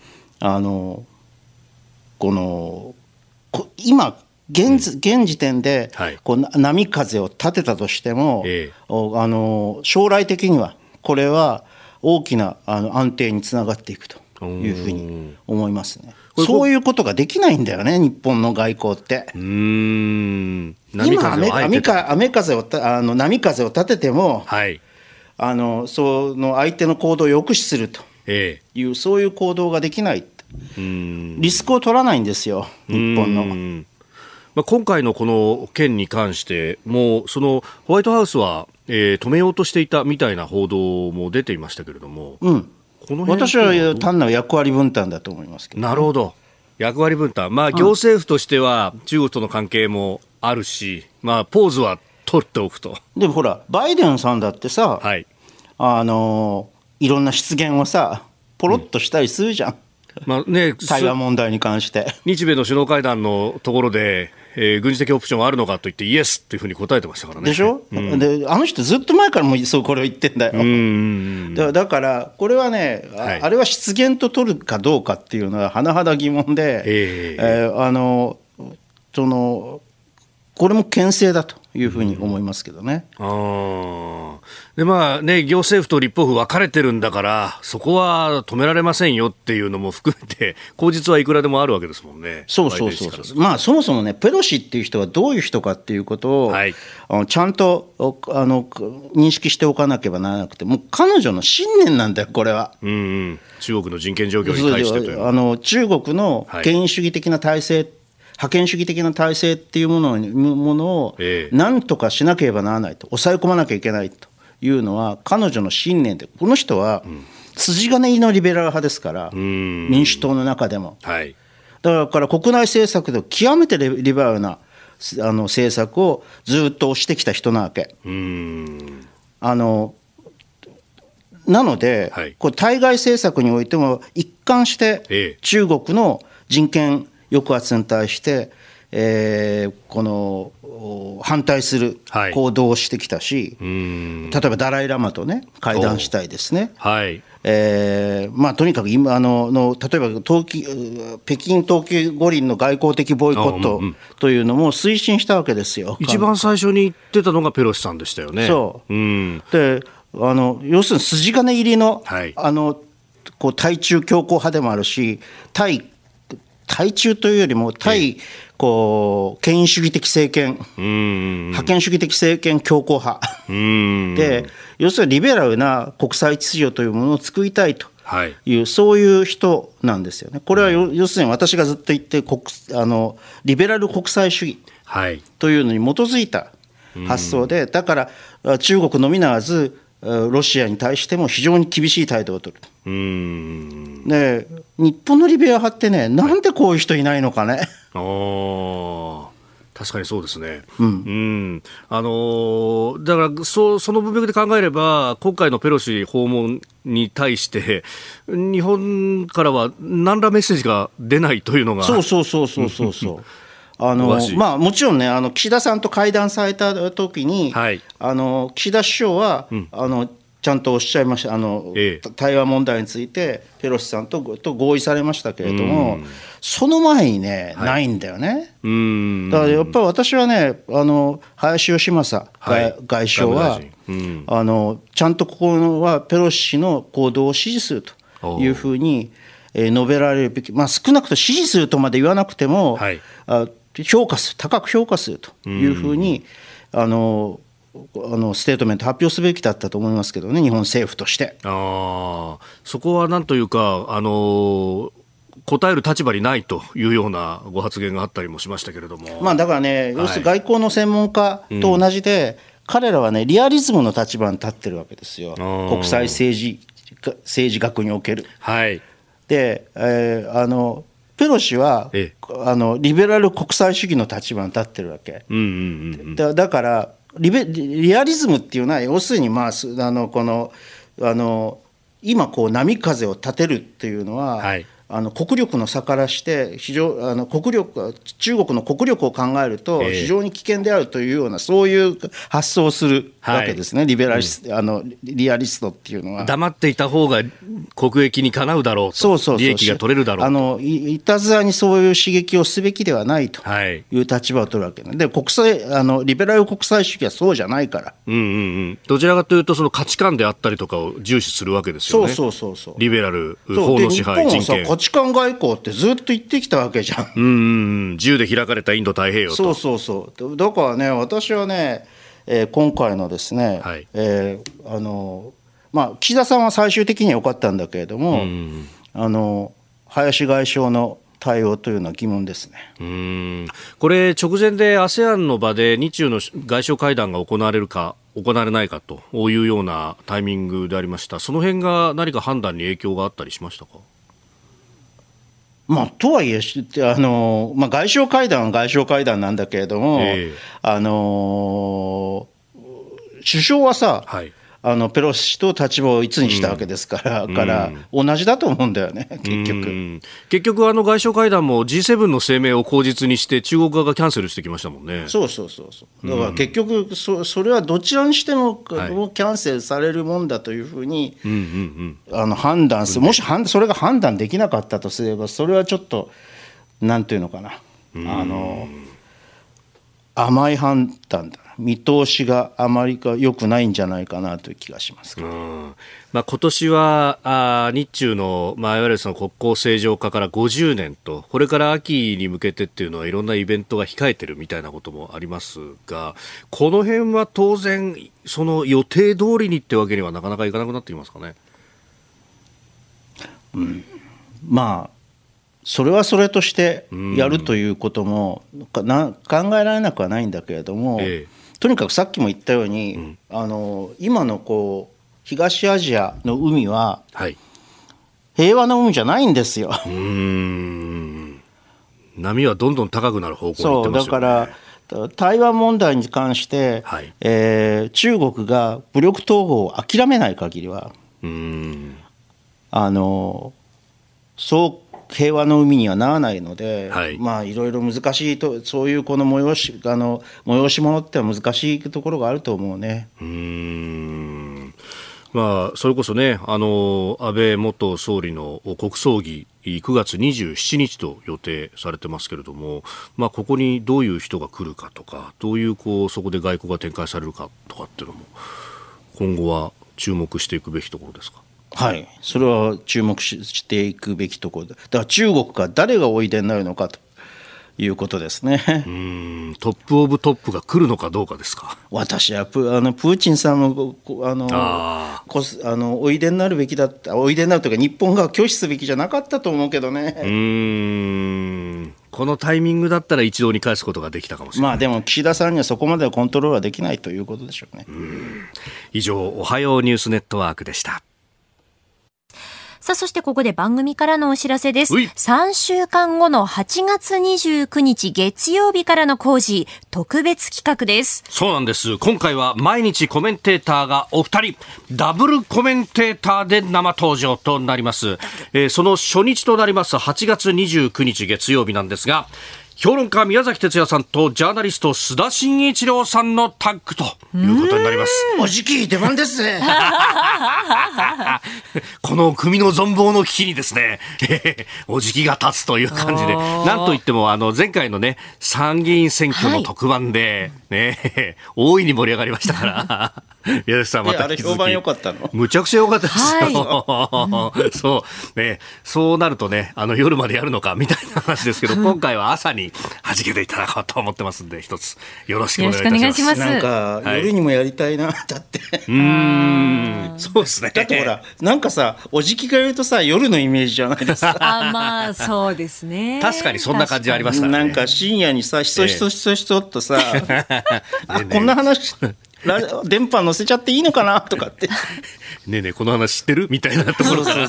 今現時点で波風を立てたとしても、将来的にはこれは大きな安定につながっていくというふうに思いますね。そういうことができないんだよね、日本の外交って。今波風を立てても、その相手の行動を抑止するという、そういう行動ができない。リスクを取らないんですよ、日本の。 今回のこの件に関しても、そのホワイトハウスは、止めようとしていたみたいな報道も出ていましたけれども、 私は単なる役割分担だと思いますけど、 なるほど、役割分担、行政府としては中国との関係もあるし、ポーズは取っておくと。 でもほら、バイデンさんだってさ、いろんな失言をさ、ポロッとしたりするじゃん。台湾問題に関して日米の首脳会談のところで、軍事的オプションはあるのかと言ってイエスというふうに答えてましたからね。 でしょ、でこの人ずっと前からもこれを言ってんだよ。だからこれはね、あれは失言と取るかどうかっていうのは甚だ疑問で、これも牽制だというふうに思いますけどね。 で行政府と立法府分かれてるんだから、そこは止められませんよっていうのも含めて口実はいくらでもあるわけですもんね。 そもそもね、ペロシっていう人はどういう人かっていうことを、ちゃんと認識しておかなければならなくて、もう彼女の信念なんだよ、これは。 中国の人権状況に対してというのは、 中国の権威主義的な体制、覇権主義的な体制っていうものを何とかしなければならないと、抑え込まなきゃいけないというのは彼女の信念で、この人は筋金入りのリベラル派ですから、民主党の中でも。だから国内政策で極めてリベラルな政策をずっと推してきた人なわけ。なので、これ対外政策においても一貫して中国の人権抑圧に対して、反対する行動をしてきたし、例えばダライ・ラマとね会談したいですね。 とにかく今例えば北京冬季五輪の外交的ボイコットというのも推進したわけですよ。 一番最初に言ってたのがペロシさんでしたよね。 そう、で要するに筋金入りの、こう対中強硬派でもあるし、対中というよりも対権威主義的政権、覇権主義的政権強硬派で、要するにリベラルな国際秩序というものを作りたいという、そういう人なんですよね。これは要するに私がずっと言ってリベラル国際主義というのに基づいた発想で、だから中国のみならずロシアに対しても非常に厳しい態度を取る。で日本のリベラル派ってね、なんでこういう人いないのかね。 確かにそうですね。だからその文脈で考えれば、今回のペロシ訪問に対して日本からは何らメッセージが出ないというのがそうもちろんね、岸田さんと会談された時に、岸田首相は、ちゃんとおっしゃいました。台湾問題についてペロシさんと合意されましたけれども、その前にね、ないんだよね。だからやっぱり私はね、林芳正外相は、ちゃんとここはペロシの行動を支持するというふうに述べられるべき、少なくとも支持するとまで言わなくても、高く評価するというふうにステートメント発表すべきだったと思いますけどね、日本政府として。 そこはなんというか答える立場にないというようなご発言があったりもしましたけれども、 だからね、要するに外交の専門家と同じで、彼らはね、リアリズムの立場に立ってるわけですよ、国際政治学における。で、ペロシはリベラル国際主義の立場に立ってるわけ。だからリアリズムっていうのは、要するに今波風を立てるっていうのは、国力の差からして中国の国力を考えると非常に危険であるというような、そういう発想をするわけですね、リアリストっていうのは。 黙っていた方が国益にかなうだろうと、利益が取れるだろうと、 いたずらにそういう刺激をすべきではないという立場を取るわけで、リベラル国際主義はそうじゃないから、 どちらかというとその価値観であったりとかを重視するわけですよね。リベラル、法の支配、人権。 価値観外交ってずっと言ってきたわけじゃん。 自由で開かれたインド太平洋と。 だからね、私はね、今回のですね、岸田さんは最終的には良かったんだけれども、林外相の対応というのは疑問ですね。 これ直前で ASEAN の場で日中の外相会談が行われるか行われないかというようなタイミングでありました。その辺が何か判断に影響があったりしましたか？ とはいえ外相会談は外相会談なんだけれども、首相はさ、ペロシ氏と立場を一にしたわけですから、同じだと思うんだよね、 結局外相会談も G7 の声明を口実にして中国側がキャンセルしてきましたもんね。 だから結局それはどちらにしてもキャンセルされるもんだというふうに判断する。もしそれが判断できなかったとすれば、それはちょっとなんていうのかな、甘い判断だ、見通しがあまり良くないんじゃないかなという気がします。 今年は日中の、いわゆるその国交正常化から50年と、これから秋に向けてっていうのはいろんなイベントが控えてるみたいなこともありますが、この辺は当然その予定通りにってわけにはなかなかいかなくなってきますかね。 それはそれとしてやるということも考えられなくはないんだけれども、とにかくさっきも言ったように、今の東アジアの海は平和の海じゃないんですよ。 波はどんどん高くなる方向に行ってますよね。 だから台湾問題に関して、中国が武力統合を諦めない限りは、そう平和の海にはならないので、いろいろ難しいと、そういうこの催し物っては難しいところがあると思うね。 それこそね、安倍元総理の国葬儀9月27日と予定されてますけれども、ここにどういう人が来るかとか、どういうそこで外交が展開されるかとかっていうのも今後は注目していくべきところですか。 はい、それは注目していくべきところだから中国から誰がおいでになるのかということですね。 トップオブトップが来るのかどうかですか。 私はプーチンさんのおいでになるべきだった、おいでになるというか日本が拒否すべきじゃなかったと思うけどね。 このタイミングだったら一堂に返すことができたかもしれない。 でも岸田さんにはそこまではコントロールはできないということでしょうね。 以上、おはようニュースネットワークでした。 さあ、そしてここで番組からのお知らせです。3週間後の8月29日月曜日からの工事特別企画です。 そうなんです。今回は毎日コメンテーターがお二人ダブルコメンテーターで生登場となります。その初日となります8月29日月曜日なんですが、評論家宮崎哲也さんとジャーナリスト須田慎一郎さんのタッグということになります。 おじき出番ですね。 この組の存亡の危機にですねおじきが立つという感じで、なんといっても前回のね参議院選挙の特番で、大いに盛り上がりましたから宮崎さんまた引き続き。あれ評判良かったの？むちゃくちゃ良かったですよ、そうなるとね夜までやるのかみたいな話ですけど今回は朝に弾けていただこうと思ってますんで、一つよろしくお願いいたします。 なんか夜にもやりたいな、だってそうですね。 だってほらなんかさ、おじきが言うとさ夜のイメージじゃないですか。 そうですね。 確かにそんな感じありますからね。 なんか深夜にさひそひそひそひそっとさこんな話電波載せちゃっていいのかなとかってねえこの話知ってるみたいなところから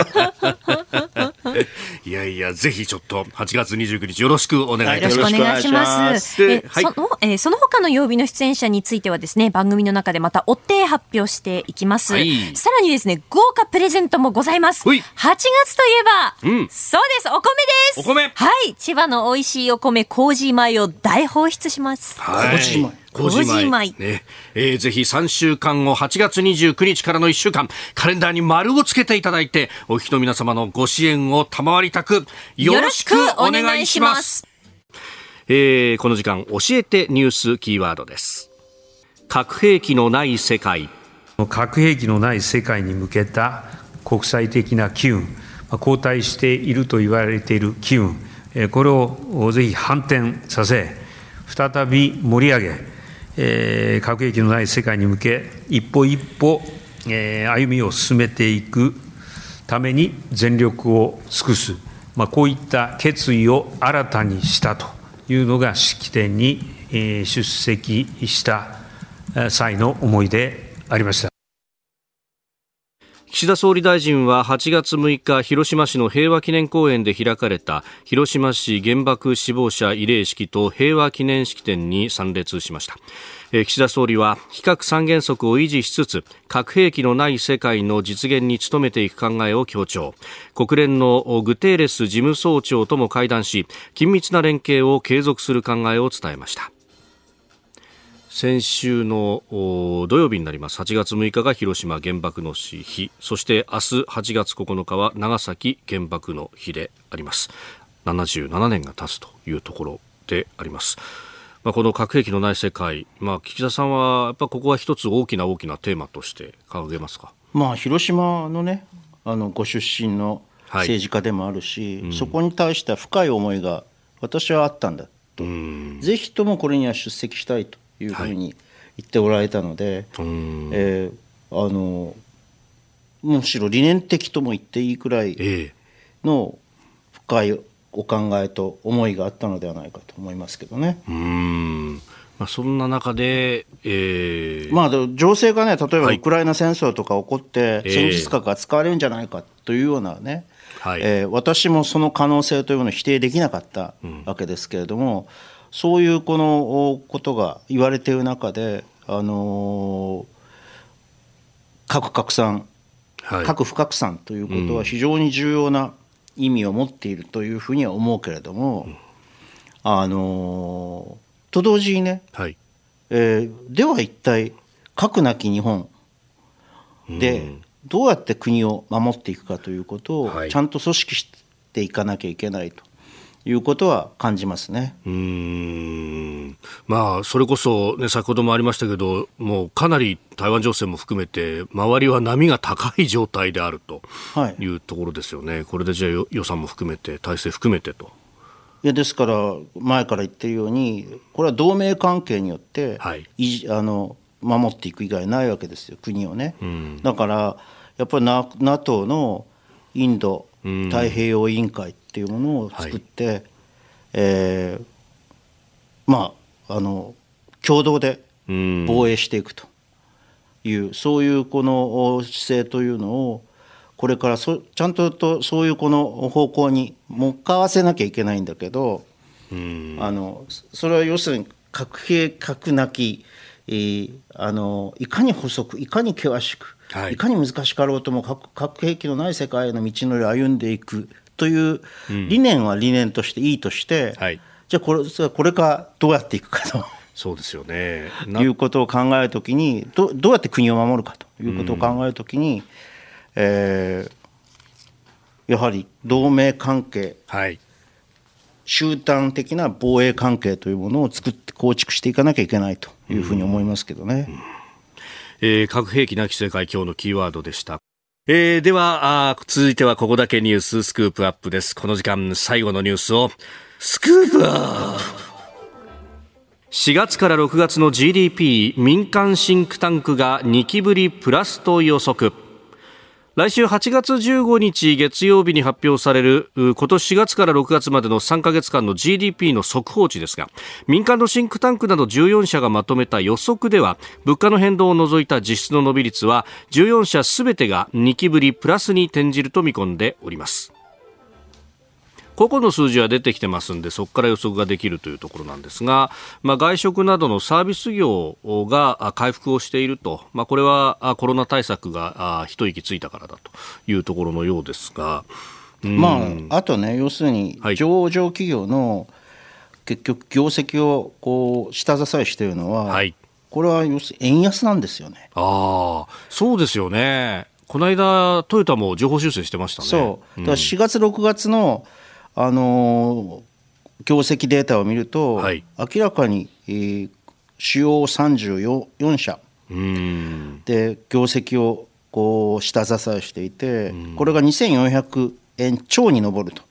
いやぜひちょっと8月29日よろしくお願いいたします。 よろしくお願いします。その他の曜日の出演者についてはですね、番組の中でまた追って発表していきます。さらにですね、豪華プレゼントもございます。8月といえば、そうです、お米です。 お米、 はい、千葉の美味しいお米麹米を大放出します。 麹米、ね、ぜひ3週間後8月29日からの1週間カレンダーに丸をつけていただいて、お聞きの皆様のご支援を賜りたくよろしくお願いします。この時間教えてニュースキーワードです。核兵器のない世界。 核兵器のない世界に向けた国際的な機運、後退していると言われている機運、これをぜひ反転させ再び盛り上げ、核兵器のない世界に向け一歩一歩、歩みを進めていくために全力を尽くす、こういった決意を新たにしたというのが式典に、出席した際の思いでありました。 岸田総理大臣は8月6日広島市の平和記念公園で開かれた広島市原爆死亡者慰霊式と平和記念式典に参列しました。岸田総理は非核三原則を維持しつつ核兵器のない世界の実現に努めていく考えを強調。国連のグテーレス事務総長とも会談し緊密な連携を継続する考えを伝えました。先週の土曜日になります8月6日が広島原爆の日、そして明日8月9日は長崎原爆の日であります。77年が経つというところであります。この核兵器のない世界、岸田さんはやっぱここは一つ大きなテーマとして掲げますか。 広島のねご出身の政治家でもあるし、そこに対しては深い思いが私はあったんだと、ぜひともこれには出席したいというふうに言っておられたので、むしろ理念的とも言っていいくらいの深いお考えと思いがあったのではないかと思いますけどね。 そんな中で、 情勢がね、例えばウクライナ戦争とか起こって戦術核が使われるんじゃないかというようなね、私もその可能性というものを否定できなかったわけですけれども、そういうこのことが言われている中で、核拡散、核不拡散ということは非常に重要な意味を持っているというふうには思うけれども、と同時にね、では一体核なき日本でどうやって国を守っていくかということをちゃんと組織していかなきゃいけないということは感じますね。 まあ、それこそ、ね、先ほどもありましたけど、もうかなり台湾情勢も含めて周りは波が高い状態であるというところですよね。これでじゃあ予算も含めて体制含めてと。 いやですから前から言ってるようにこれは同盟関係によって、守っていく以外ないわけですよ、国をね。だからやっぱり NATO のインド太平洋委員会っていうものを作って、共同で防衛していくというそういうこの姿勢というのをこれからちゃんとそういうこの方向に向かわせなきゃいけないんだけど、それは要するに核兵核なき、いかに細くいかに険しく、いかに難しかろうとも核兵器のない世界への道のりを歩んでいくという理念は理念としていいとして、じゃあこれからどうやっていくかとそうですよね。 いうことを考えるときにどうやって国を守るかということを考えるときに、やはり同盟関係、集団的な防衛関係というものを作って構築していかなきゃいけないというふうに思いますけどね。 核兵器なき世界、今日のキーワードでした。では続いてはここだけニューススクープアップです。この時間最後のニュースをスクープアップ。4月から6月の GDP 民間シンクタンクが2期ぶりプラスと予測。来週8月15日月曜日に発表される今年4月から6月までの3ヶ月間の GDP の速報値ですが、民間のシンクタンクなど14社がまとめた予測では、物価の変動を除いた実質の伸び率は14社すべてが2期ぶりプラスに転じると見込んでおります。個々の数字は出てきてますんで、そこから予測ができるというところなんですが、外食などのサービス業が回復をしていると、これはコロナ対策が一息ついたからだというところのようですが、 あとね、要するに上場企業の結局業績をこう下支えしているのは、これは要するに円安なんですよね。 そうですよね。この間トヨタも情報修正してましたね。 そうだから4月6月の業績データを見ると、明らかに、主要34社で業績をこう下支えしていて、これが2400円超に上ると、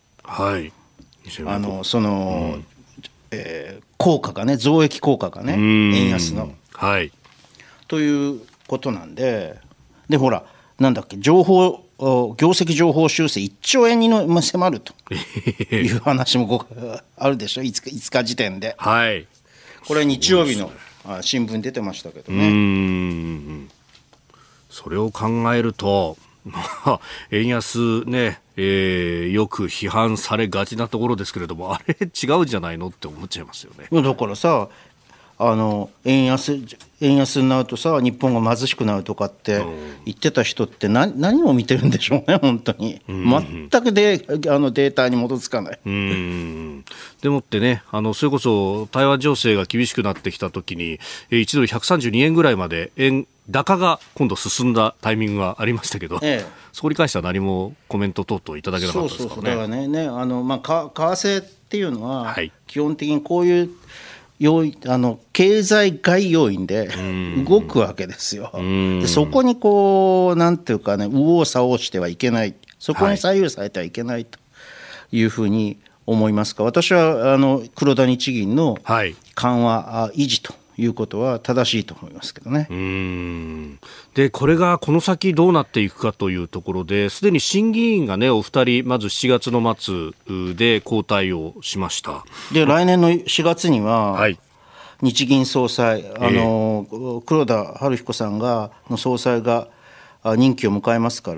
効果がね、増益効果がね、円安の、ということなんで、ほらなんだっけ、業績情報修正1兆円に迫るという話もあるでしょ、5日時点で。これ日曜日の新聞出てましたけどね。 それを考えると、円安ね、よく批判されがちなところですけれども、あれ違うんじゃないのって思っちゃいますよね。 だからさ、円安になるとさ、日本が貧しくなるとかって言ってた人って何を見てるんでしょうね、本当に。全くデータに基づかない。 でもってね、それこそ台湾情勢が厳しくなってきたときに、1ドル132円ぐらいまで円高が今度進んだタイミングがありましたけど、そこに関しては何もコメント等々いただけなかったですからね。 だからね、為替っていうのは、基本的にこういう経済外要因で動くわけですよ。でそこにこうなんていうかね、右往左往してはいけない、そこに左右されてはいけないというふうに思いますか。私は黒田日銀の緩和維持ということは正しいと思いますけどね。 でこれがこの先どうなっていくかというところで、すでに審議員がね、お二人まず7月の末で交代をしました。で来年の4月には、日銀総裁、黒田晴彦さんの総裁が任期を迎えますから、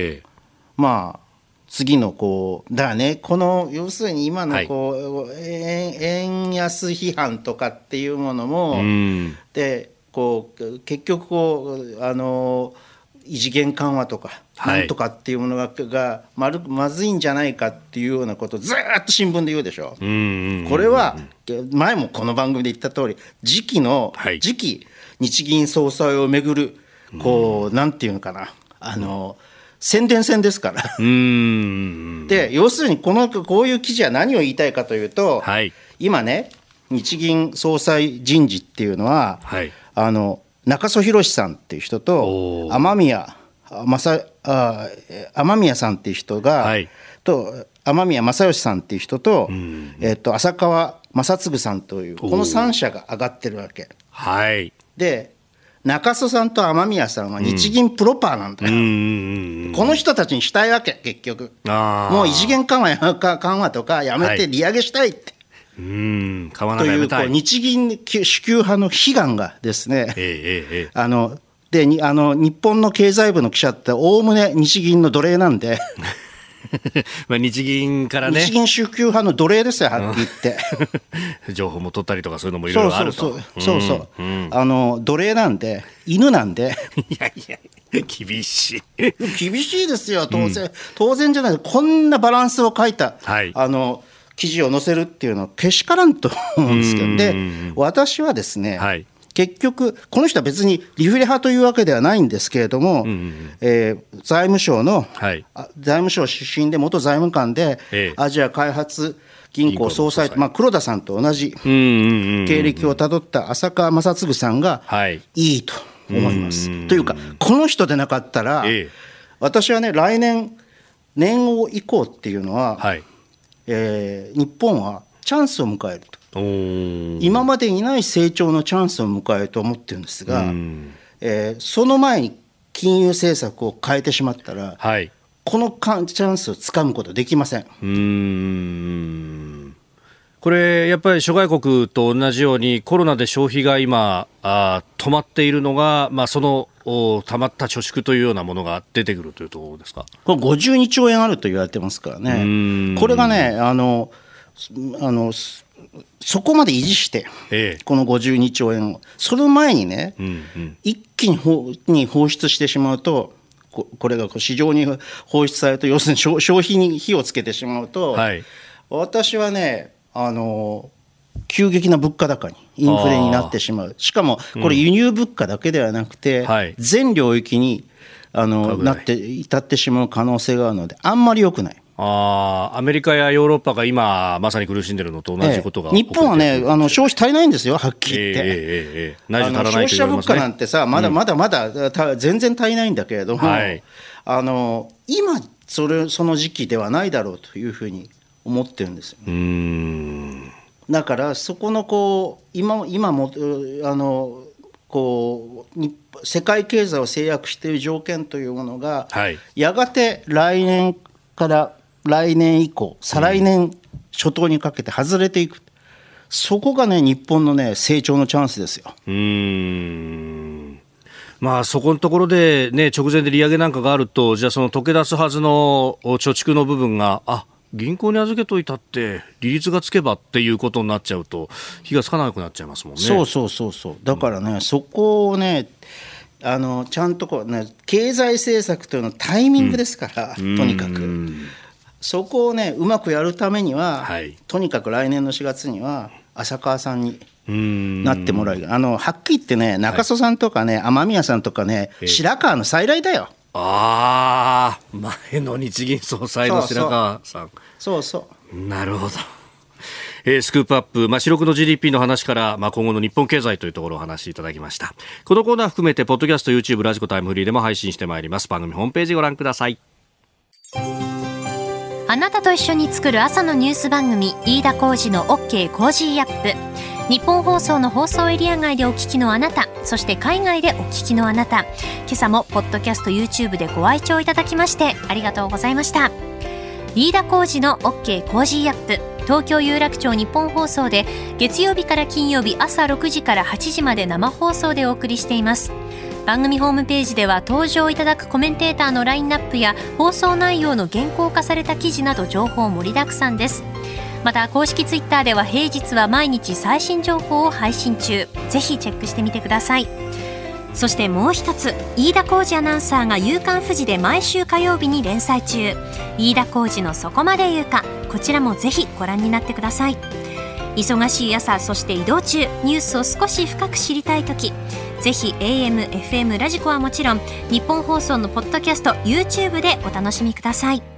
次のだからね、この要するに今の円安批判とかっていうものも、で結局異次元緩和とかなんとかっていうものがまずいんじゃないかっていうようなことをずっと新聞で言うでしょ。これは前もこの番組で言った通り、次期日銀総裁をめぐるこうなんていうのかな、宣伝戦ですからで、要するにこういう記事は何を言いたいかというと、はい、今ね日銀総裁人事っていうのは、はい、中曽宏さんっていう人と雨宮さんっていう人が、はい、と雨宮正義さんっていう人と、浅川正嗣さんというこの3社が上がってるわけ、はい、で中曽さんと雨宮さんは日銀プロパーなんだよ、この人たちにしたいわけ結局。もう異次元緩和とかやめて利上げしたいって、はい、買わないやめたいという、日銀主給派の悲願がですね、で日本の経済部の記者っておおむね日銀の奴隷なんでまあ日銀からね、 日銀主給派の奴隷ですよ、はっきり言って情報も取ったりとかそういうのもいろいろあると。 そう、奴隷なんで、犬なんでいや厳しいですよ、当然じゃない。こんなバランスを書いた、はい、記事を載せるっていうのはけしからんと思うんですけど、で私はですね、はい、結局この人は別にリフレ派というわけではないんですけれども、財務省の、はい、財務省出身で元財務官で、アジア開発銀行総裁、黒田さんと同じ経歴をたどった浅川正嗣さんがいいと思います。というかこの人でなかったら、私はね来年年王以降っていうのは、はい、日本はチャンスを迎えると、今までにない成長のチャンスを迎えると思ってるんですが、その前に金融政策を変えてしまったら、はい、このチャンスをつかむことできません。 これやっぱり諸外国と同じようにコロナで消費が今止まっているのが、その溜まった貯蓄というようなものが出てくるというところですか。 これ52兆円あると言われてますからね。これがねそこまで維持して、この52兆円をその前にね、一気に放出してしまうと、これが市場に放出されると、要するに消費に火をつけてしまうと、はい、私はね急激な物価高にインフレになってしまう。しかもこれ輸入物価だけではなくて、全領域に至ってしまう可能性があるので、あんまり良くない。 アメリカやヨーロッパが今まさに苦しんでいるのと同じことが、 日本はね消費足りないんですよ、はっきり言って、 内需足らないと言われますね。 消費者物価なんてさ、まだ全然足りないんだけれども、はい、今その時期ではないだろうというふうに思ってるんですよ。だからそこの今も世界経済を制約している条件というものが、はい、やがて来年から来年以降、再来年初頭にかけて外れていく。そこがね日本のね成長のチャンスですよ。 そこのところで、直前で利上げなんかがあると、じゃあその溶け出すはずの貯蓄の部分が銀行に預けといたって利率がつけばっていうことになっちゃうと火がつかなくなっちゃいますもんね。 そうだからね、そこをねちゃんと経済政策というのはタイミングですから、とにかくそこをねうまくやるためには、はい、とにかく来年の4月には浅川さんになってもらう。はっきり言ってね、中曽さんとかね、雨宮さんとかね、白川の再来だよ。 前の日銀総裁の白川さん。 そうなるほど。スクープアップ、四六の GDP の話から、今後の日本経済というところをお話しいただきました。このコーナー含めてポッドキャスト、 YouTube、ラジコタイムフリーでも配信してまいります。番組ホームページご覧ください。 あなたと一緒に作る朝のニュース番組、飯田浩司の OK コージーアップ。日本放送の放送エリア外でお聞きのあなた、そして海外でお聞きのあなた、今朝もポッドキャスト YouTube でご愛聴いただきましてありがとうございました。飯田浩司の OK コージーアップ、東京有楽町日本放送で月曜日から金曜日朝6時から8時まで生放送でお送りしています。番組ホームページでは登場いただくコメンテーターのラインナップや放送内容の原稿化された記事など情報盛りだくさんです。また公式ツイッターでは平日は毎日最新情報を配信中、ぜひチェックしてみてください。そしてもう一つ、飯田浩司アナウンサーが夕刊フジで毎週火曜日に連載中、飯田浩司のそこまで言うか、こちらもぜひご覧になってください。忙しい朝、そして移動中、ニュースを少し深く知りたいとき、 ぜひ AM、FM、ラジコはもちろん日本放送のポッドキャスト YouTube でお楽しみください。